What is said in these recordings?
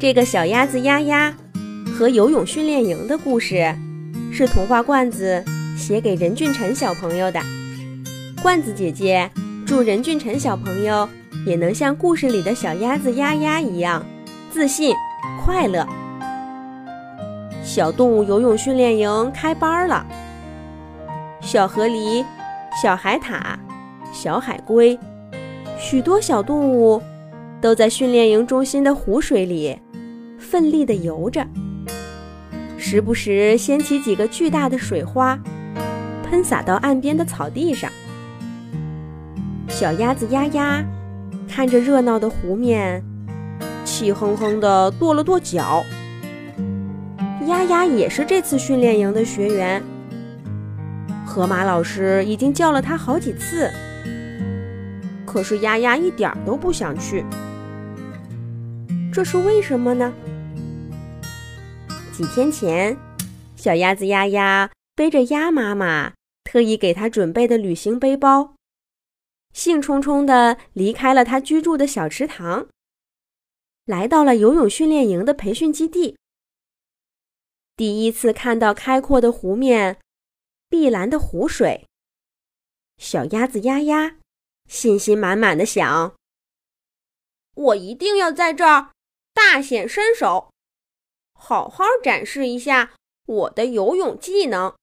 这个小鸭子丫丫和游泳训练营的故事，是童话罐子写给任俊辰小朋友的。罐子姐姐祝任俊辰小朋友也能像故事里的小鸭子丫丫一样自信快乐。小动物游泳训练营开班了，小河狸、小海獭、小海龟，许多小动物都在训练营中心的湖水里奋力地游着，时不时掀起几个巨大的水花，喷洒到岸边的草地上。小鸭子丫丫看着热闹的湖面，气哼哼地跺了跺脚。丫丫也是这次训练营的学员，河马老师已经叫了她好几次，可是丫丫一点都不想去。这是为什么呢？几天前，小鸭子丫丫背着鸭妈妈特意给她准备的旅行背包，兴冲冲地离开了她居住的小池塘，来到了游泳训练营的培训基地。第一次看到开阔的湖面、碧蓝的湖水，小鸭子丫丫信心满满地想：我一定要在这儿大显身手，好好展示一下我的游泳技能。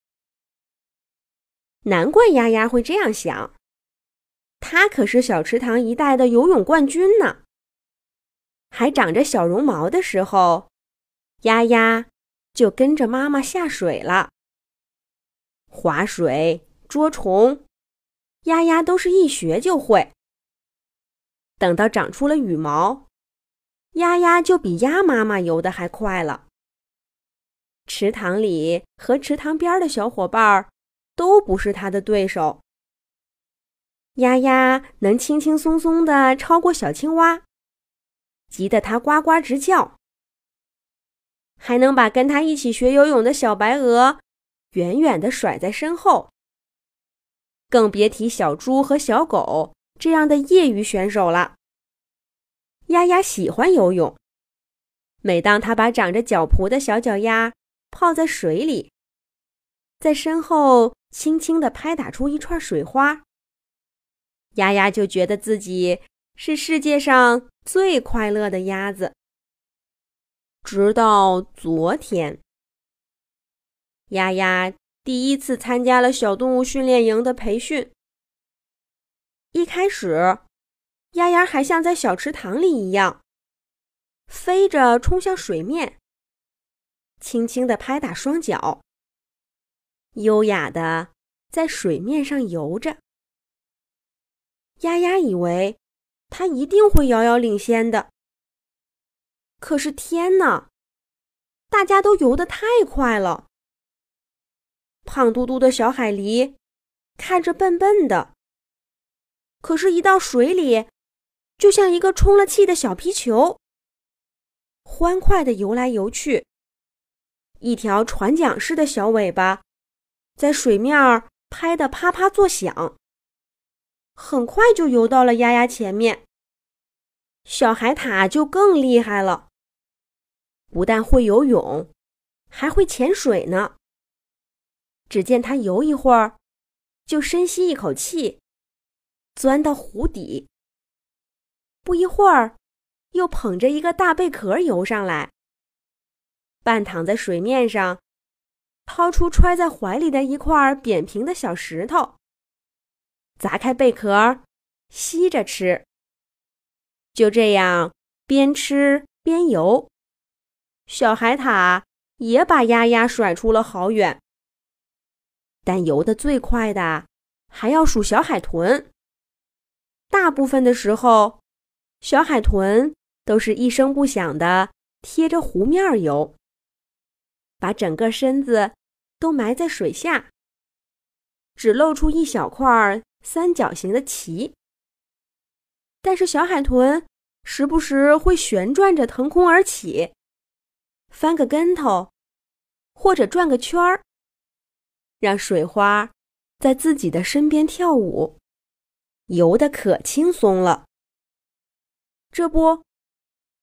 难怪丫丫会这样想，她可是小池塘一带的游泳冠军呢。还长着小绒毛的时候，丫丫就跟着妈妈下水了。划水、捉虫，丫丫都是一学就会。等到长出了羽毛，丫丫就比鸭妈妈游得还快了。池塘里和池塘边的小伙伴都不是她的对手。丫丫能轻轻松松地超过小青蛙，急得她呱呱直叫，还能把跟她一起学游泳的小白鹅远远地甩在身后。更别提小猪和小狗这样的业余选手了。丫丫喜欢游泳，每当她把长着脚蹼的小脚丫泡在水里，在身后轻轻地拍打出一串水花，丫丫就觉得自己是世界上最快乐的鸭子。直到昨天，丫丫第一次参加了小动物训练营的培训。一开始，丫丫还像在小池塘里一样，飞着冲向水面，轻轻地拍打双脚，优雅地在水面上游着。丫丫以为她一定会遥遥领先的。可是天哪，大家都游得太快了。胖嘟嘟的小海狸看着笨笨的，可是一到水里就像一个充了气的小皮球，欢快地游来游去，一条船桨似的小尾巴在水面拍得啪啪作响，很快就游到了丫丫前面。小海獭就更厉害了，不但会游泳，还会潜水呢。只见它游一会儿，就深吸一口气，钻到湖底。不一会儿，又捧着一个大贝壳游上来，半躺在水面上，掏出揣在怀里的一块扁平的小石头，砸开贝壳，吸着吃。就这样边吃边游，小海獭也把丫丫甩出了好远。但游得最快的还要数小海豚。大部分的时候，小海豚都是一声不响地贴着湖面游，把整个身子都埋在水下，只露出一小块三角形的鳍。但是小海豚时不时会旋转着腾空而起，翻个跟头，或者转个圈儿，让水花在自己的身边跳舞，游得可轻松了。这不，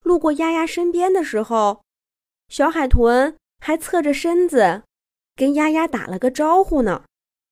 路过丫丫身边的时候，小海豚还侧着身子跟丫丫打了个招呼呢。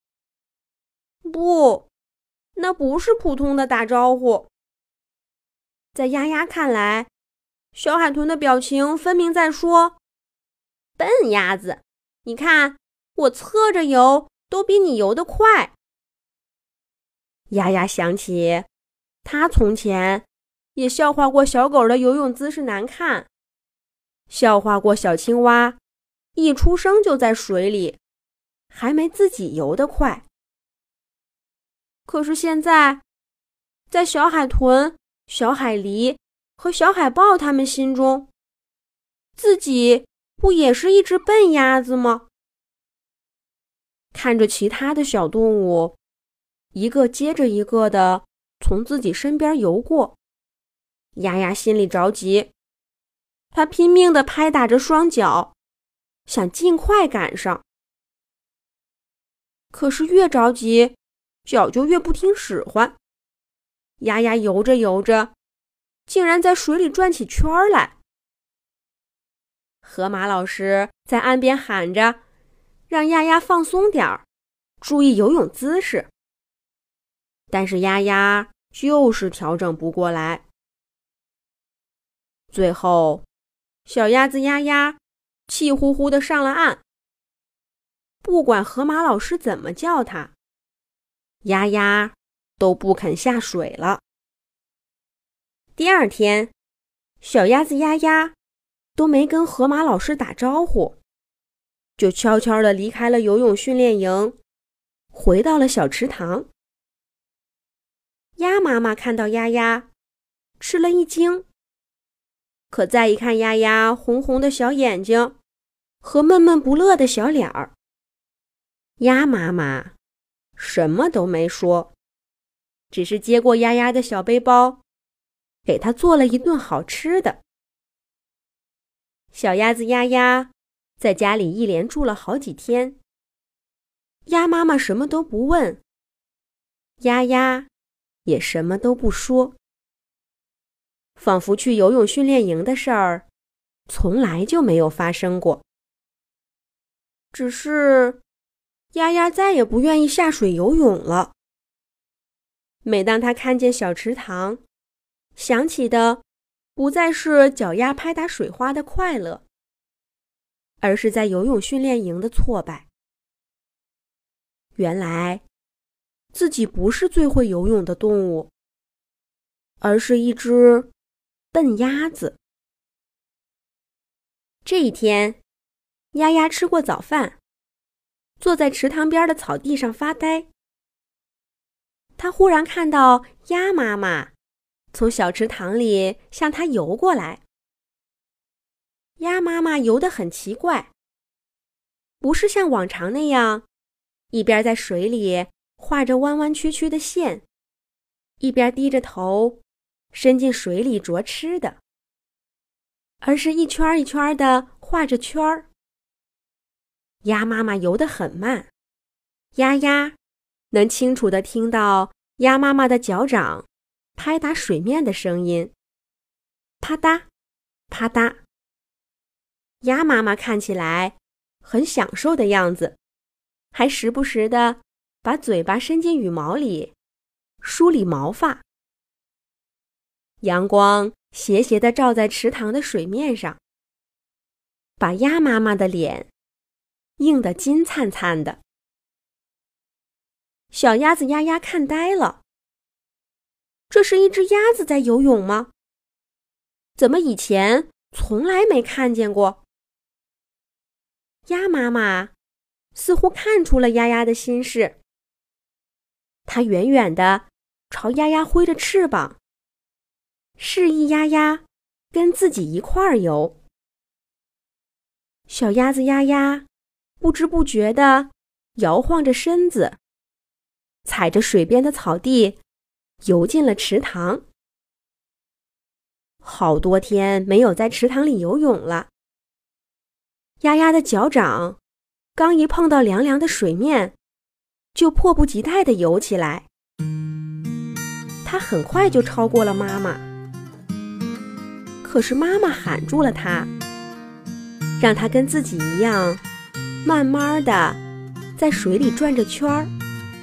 不，那不是普通的打招呼。在丫丫看来，小海豚的表情分明在说：笨鸭子，你看，我侧着游都比你游得快。丫丫想起，他从前也笑话过小狗的游泳姿势难看，笑话过小青蛙一出生就在水里，还没自己游得快。可是现在，在小海豚、小海狸和小海豹他们心中，自己不也是一只笨鸭子吗？看着其他的小动物一个接着一个的从自己身边游过，丫丫心里着急，她拼命地拍打着双脚，想尽快赶上。可是越着急，脚就越不听使唤。丫丫游着游着，竟然在水里转起圈来。河马老师在岸边喊着，让丫丫放松点儿，注意游泳姿势。但是丫丫就是调整不过来。最后，小鸭子丫丫气呼呼地上了岸。不管河马老师怎么叫它，丫丫都不肯下水了。第二天，小鸭子丫丫都没跟河马老师打招呼，就悄悄地离开了游泳训练营，回到了小池塘。鸭妈妈看到丫丫，吃了一惊，可再一看丫丫红红的小眼睛和闷闷不乐的小脸儿，鸭妈妈什么都没说，只是接过丫丫的小背包，给她做了一顿好吃的。小鸭子丫丫在家里一连住了好几天，鸭妈妈什么都不问，丫丫也什么都不说，仿佛去游泳训练营的事儿从来就没有发生过。只是丫丫再也不愿意下水游泳了。每当她看见小池塘，想起的不再是脚丫拍打水花的快乐，而是在游泳训练营的挫败。原来自己不是最会游泳的动物，而是一只笨鸭子。这一天，丫丫吃过早饭，坐在池塘边的草地上发呆。她忽然看到鸭妈妈从小池塘里向她游过来。鸭妈妈游得很奇怪，不是像往常那样，一边在水里画着弯弯曲曲的线，一边低着头伸进水里啄吃的，而是一圈一圈地画着圈儿。鸭妈妈游得很慢，丫丫能清楚地听到鸭妈妈的脚掌拍打水面的声音，啪嗒啪嗒。鸭妈妈看起来很享受的样子，还时不时地把嘴巴伸进羽毛里梳理毛发。阳光斜斜地照在池塘的水面上，把鸭妈妈的脸映得金灿灿的。小鸭子丫丫看呆了，这是一只鸭子在游泳吗？怎么以前从来没看见过？鸭妈妈似乎看出了丫丫的心事，它远远地朝丫丫挥着翅膀，示意丫丫跟自己一块儿游。小鸭子丫丫不知不觉地摇晃着身子，踩着水边的草地游进了池塘。好多天没有在池塘里游泳了，丫丫的脚掌刚一碰到凉凉的水面，就迫不及待地游起来。它很快就超过了妈妈。 可是妈妈喊住了他，让他跟自己一样，慢慢的在水里转着圈儿。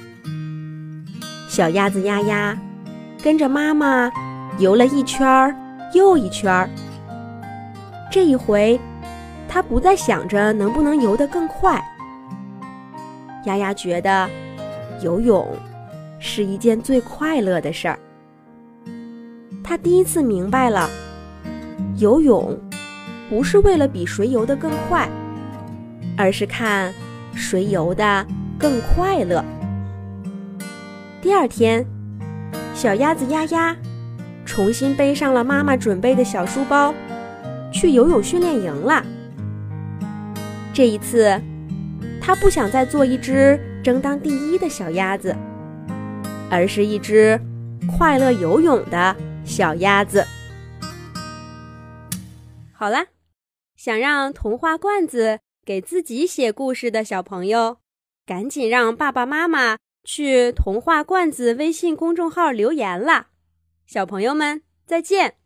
小鸭子丫丫跟着妈妈游了一圈儿又一圈儿。这一回，他不再想着能不能游得更快。丫丫觉得游泳是一件最快乐的事儿。他第一次明白了，游泳不是为了比谁游得更快，而是看谁游得更快乐。第二天，小鸭子丫丫重新背上了妈妈准备的小书包，去游泳训练营了。这一次，它不想再做一只争当第一的小鸭子，而是一只快乐游泳的小鸭子。好啦，想让童话罐子给自己写故事的小朋友，赶紧让爸爸妈妈去童话罐子微信公众号留言啦！小朋友们，再见。